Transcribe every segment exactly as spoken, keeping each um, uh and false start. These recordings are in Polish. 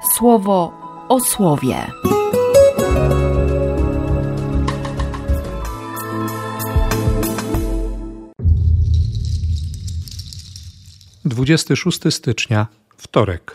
Słowo o słowie. dwudziestego szóstego stycznia, wtorek.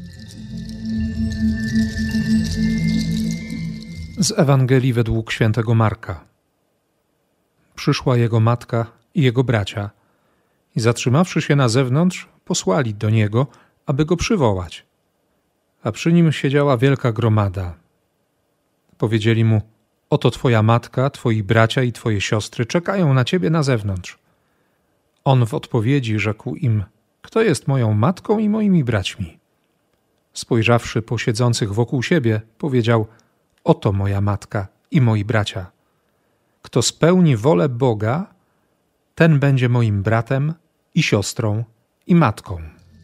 Z Ewangelii według świętego Marka. Przyszła jego matka i jego bracia i zatrzymawszy się na zewnątrz, posłali do niego, aby go przywołać. A przy nim siedziała wielka gromada. Powiedzieli mu: oto twoja matka, twoi bracia i twoje siostry czekają na ciebie na zewnątrz. On w odpowiedzi rzekł im: kto jest moją matką i moimi braćmi? Spojrzawszy po siedzących wokół siebie, powiedział: oto moja matka i moi bracia. Kto spełni wolę Boga, ten będzie moim bratem i siostrą i matką.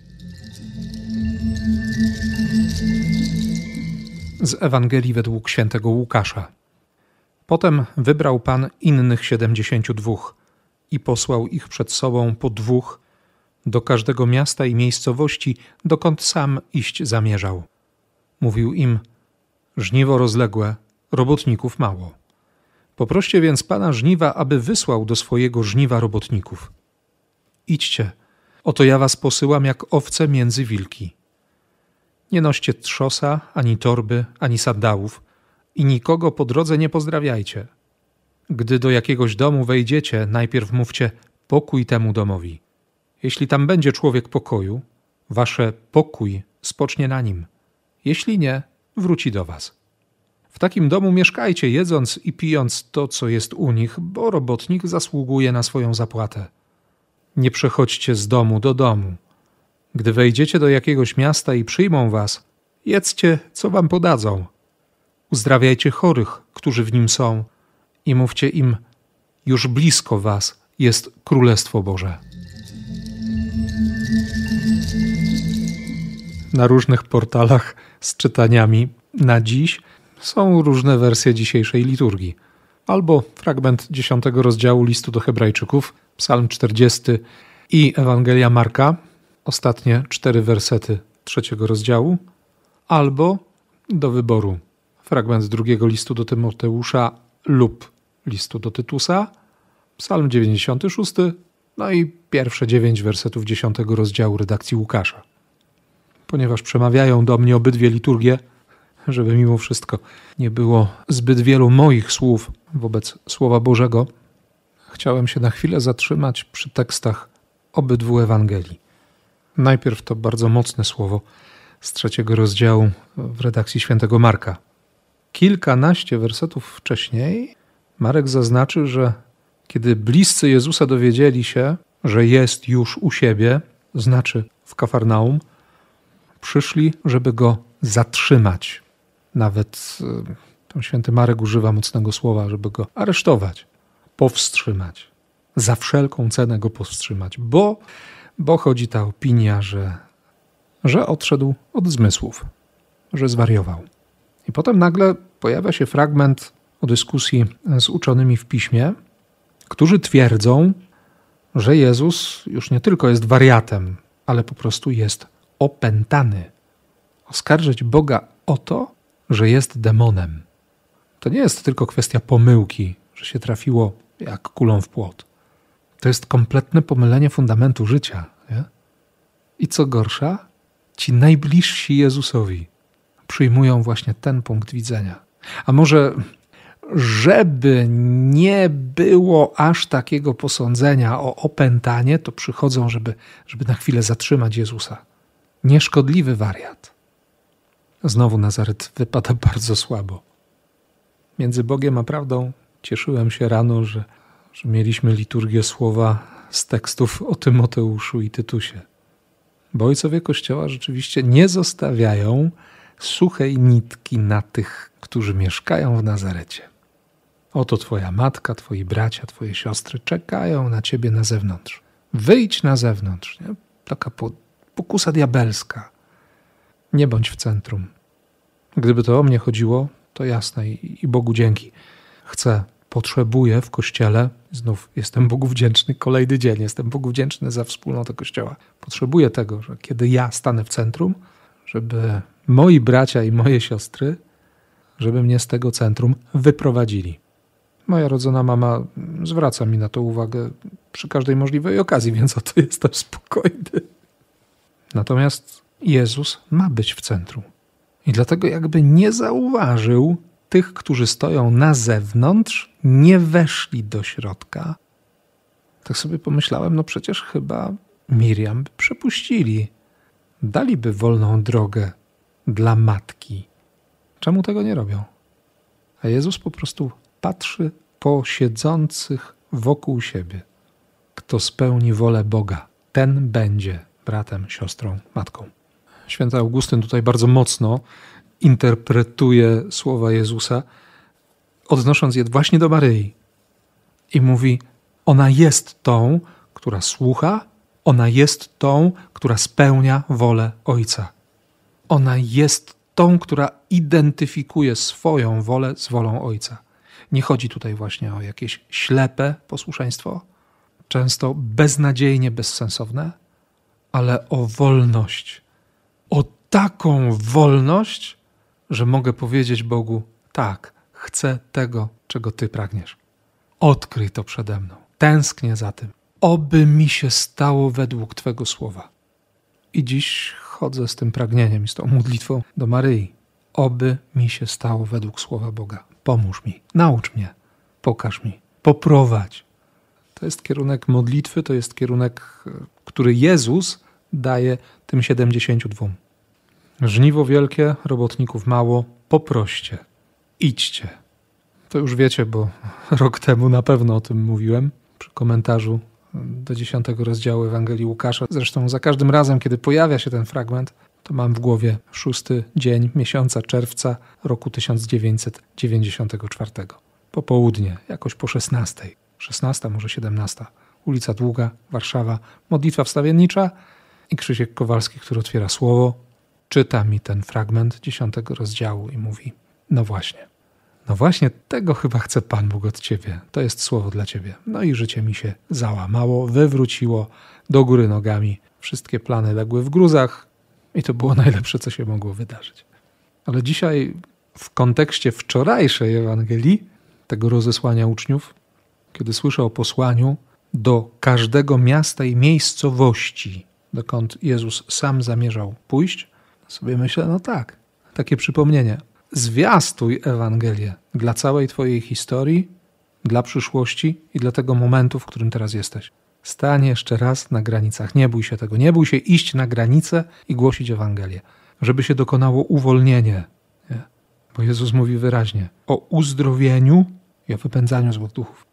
Z Ewangelii według świętego Łukasza. Potem wybrał Pan innych siedemdziesięciu dwóch i posłał ich przed sobą po dwóch do każdego miasta i miejscowości, dokąd sam iść zamierzał. Mówił im: żniwo rozległe, robotników mało. Poproście więc Pana żniwa, aby wysłał do swojego żniwa robotników. Idźcie, oto ja was posyłam jak owce między wilki. Nie noście trzosa, ani torby, ani sandałów i nikogo po drodze nie pozdrawiajcie. Gdy do jakiegoś domu wejdziecie, najpierw mówcie: pokój temu domowi. Jeśli tam będzie człowiek pokoju, wasze pokój spocznie na nim. Jeśli nie, wróci do was. W takim domu mieszkajcie, jedząc i pijąc to, co jest u nich, bo robotnik zasługuje na swoją zapłatę. Nie przechodźcie z domu do domu. Gdy wejdziecie do jakiegoś miasta i przyjmą was, jedzcie, co wam podadzą. Uzdrawiajcie chorych, którzy w nim są, i mówcie im: już blisko was jest Królestwo Boże. Na różnych portalach z czytaniami na dziś są różne wersje dzisiejszej liturgii. Albo fragment dziesiątego rozdziału listu do Hebrajczyków, psalm czterdziesty i Ewangelia Marka, ostatnie cztery wersety trzeciego rozdziału, albo do wyboru fragment drugiego listu do Tymoteusza lub listu do Tytusa, psalm dziewięćdziesiąty szósty, no i pierwsze dziewięć wersetów dziesiątego rozdziału redakcji Łukasza. Ponieważ przemawiają do mnie obydwie liturgie, żeby mimo wszystko nie było zbyt wielu moich słów wobec Słowa Bożego, chciałem się na chwilę zatrzymać przy tekstach obydwu Ewangelii. Najpierw to bardzo mocne słowo z trzeciego rozdziału w redakcji świętego Marka. Kilkanaście wersetów wcześniej Marek zaznaczy, że kiedy bliscy Jezusa dowiedzieli się, że jest już u siebie, znaczy w Kafarnaum, przyszli, żeby go zatrzymać. Nawet tam święty Marek używa mocnego słowa, żeby go aresztować, powstrzymać. Za wszelką cenę go powstrzymać, bo, bo chodzi ta opinia, że, że odszedł od zmysłów, że zwariował. I potem nagle pojawia się fragment o dyskusji z uczonymi w Piśmie, którzy twierdzą, że Jezus już nie tylko jest wariatem, ale po prostu jest opętany. Oskarżyć Boga o to, że jest demonem. To nie jest tylko kwestia pomyłki, że się trafiło jak kulą w płot. To jest kompletne pomylenie fundamentu życia. Nie? I co gorsza, ci najbliżsi Jezusowi przyjmują właśnie ten punkt widzenia. A może, żeby nie było aż takiego posądzenia o opętanie, to przychodzą, żeby, żeby na chwilę zatrzymać Jezusa. Nieszkodliwy wariat. Znowu Nazaret wypada bardzo słabo. Między Bogiem a prawdą cieszyłem się rano, że, że mieliśmy liturgię słowa z tekstów o Tymoteuszu i Tytusie. Bo ojcowie Kościoła rzeczywiście nie zostawiają suchej nitki na tych, którzy mieszkają w Nazarecie. Oto twoja matka, twoi bracia, twoje siostry czekają na ciebie na zewnątrz. Wyjdź na zewnątrz. Nie? Taka pokusa diabelska. Nie bądź w centrum. Gdyby to o mnie chodziło, to jasne i, i Bogu dzięki. Chcę, potrzebuję w Kościele, znów jestem Bogu wdzięczny, kolejny dzień, jestem Bogu wdzięczny za wspólnotę Kościoła. Potrzebuję tego, że kiedy ja stanę w centrum, żeby moi bracia i moje siostry, żeby mnie z tego centrum wyprowadzili. Moja rodzona mama zwraca mi na to uwagę przy każdej możliwej okazji, więc o to jestem spokojny. Natomiast Jezus ma być w centrum. I dlatego jakby nie zauważył tych, którzy stoją na zewnątrz, nie weszli do środka. Tak sobie pomyślałem, no przecież chyba Miriam by przepuścili. Daliby wolną drogę dla matki. Czemu tego nie robią? A Jezus po prostu patrzy po siedzących wokół siebie. Kto spełni wolę Boga, ten będzie bratem, siostrą, matką. Święty Augustyn tutaj bardzo mocno interpretuje słowa Jezusa, odnosząc je właśnie do Maryi. I mówi, ona jest tą, która słucha, ona jest tą, która spełnia wolę Ojca. Ona jest tą, która identyfikuje swoją wolę z wolą Ojca. Nie chodzi tutaj właśnie o jakieś ślepe posłuszeństwo, często beznadziejnie bezsensowne, ale o wolność. O taką wolność, że mogę powiedzieć Bogu, tak, chcę tego, czego Ty pragniesz. Odkryj to przede mną. Tęsknię za tym. Oby mi się stało według Twego słowa. I dziś chodzę z tym pragnieniem i z tą modlitwą do Maryi. Oby mi się stało według słowa Boga. Pomóż mi, naucz mnie, pokaż mi, poprowadź. To jest kierunek modlitwy, to jest kierunek, który Jezus daje tym siedemdziesięciu dwóm. Żniwo wielkie, robotników mało, poproście, idźcie. To już wiecie, bo rok temu na pewno o tym mówiłem przy komentarzu do dziesiątego rozdziału Ewangelii Łukasza. Zresztą za każdym razem, kiedy pojawia się ten fragment, to mam w głowie szósty dzień miesiąca czerwca roku tysiąc dziewięćset dziewięćdziesiątego czwartego. Popołudnie, jakoś po szesnastej. szesnasta, może siedemnasta. Ulica Długa, Warszawa. Modlitwa wstawiennicza i Krzysiek Kowalski, który otwiera słowo, czyta mi ten fragment dziesiątego rozdziału i mówi, no właśnie, no właśnie tego chyba chce Pan Bóg od Ciebie. To jest słowo dla Ciebie. No i życie mi się załamało, wywróciło do góry nogami. Wszystkie plany legły w gruzach i to było najlepsze, co się mogło wydarzyć. Ale dzisiaj w kontekście wczorajszej Ewangelii, tego rozesłania uczniów, kiedy słyszę o posłaniu do każdego miasta i miejscowości, dokąd Jezus sam zamierzał pójść, sobie myślę, no tak, takie przypomnienie. Zwiastuj Ewangelię dla całej Twojej historii, dla przyszłości i dla tego momentu, w którym teraz jesteś. Stań jeszcze raz na granicach. Nie bój się tego. Nie bój się iść na granicę i głosić Ewangelię, żeby się dokonało uwolnienie. Nie? Bo Jezus mówi wyraźnie o uzdrowieniu i o wypędzaniu złych duchów.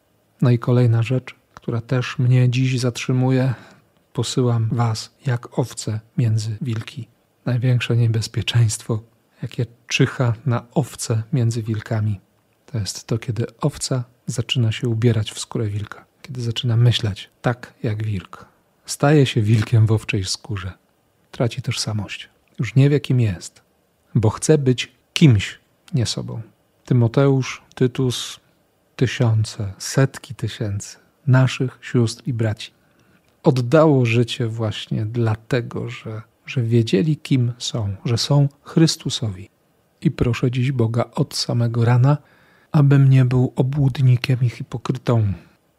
No i kolejna rzecz, która też mnie dziś zatrzymuje. Posyłam was jak owce między wilki. Największe niebezpieczeństwo, jakie czyha na owce między wilkami, to jest to, kiedy owca zaczyna się ubierać w skórę wilka. Kiedy zaczyna myśleć tak jak wilk. Staje się wilkiem w owczej skórze. Traci tożsamość. Już nie wie, kim jest, bo chce być kimś, nie sobą. Tymoteusz, Tytus, tysiące, setki tysięcy naszych sióstr i braci oddało życie właśnie dlatego, że, że wiedzieli, kim są, że są Chrystusowi. I proszę dziś Boga od samego rana, abym nie był obłudnikiem i hipokrytą,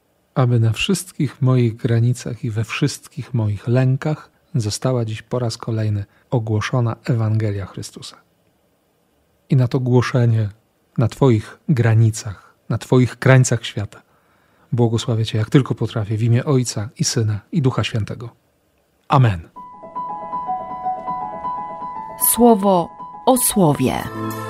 aby na wszystkich moich granicach i we wszystkich moich lękach została dziś po raz kolejny ogłoszona Ewangelia Chrystusa. I na to głoszenie na Twoich granicach, na Twoich krańcach świata błogosławię Cię, jak tylko potrafię, w imię Ojca i Syna i Ducha Świętego. Amen. Słowo o słowie.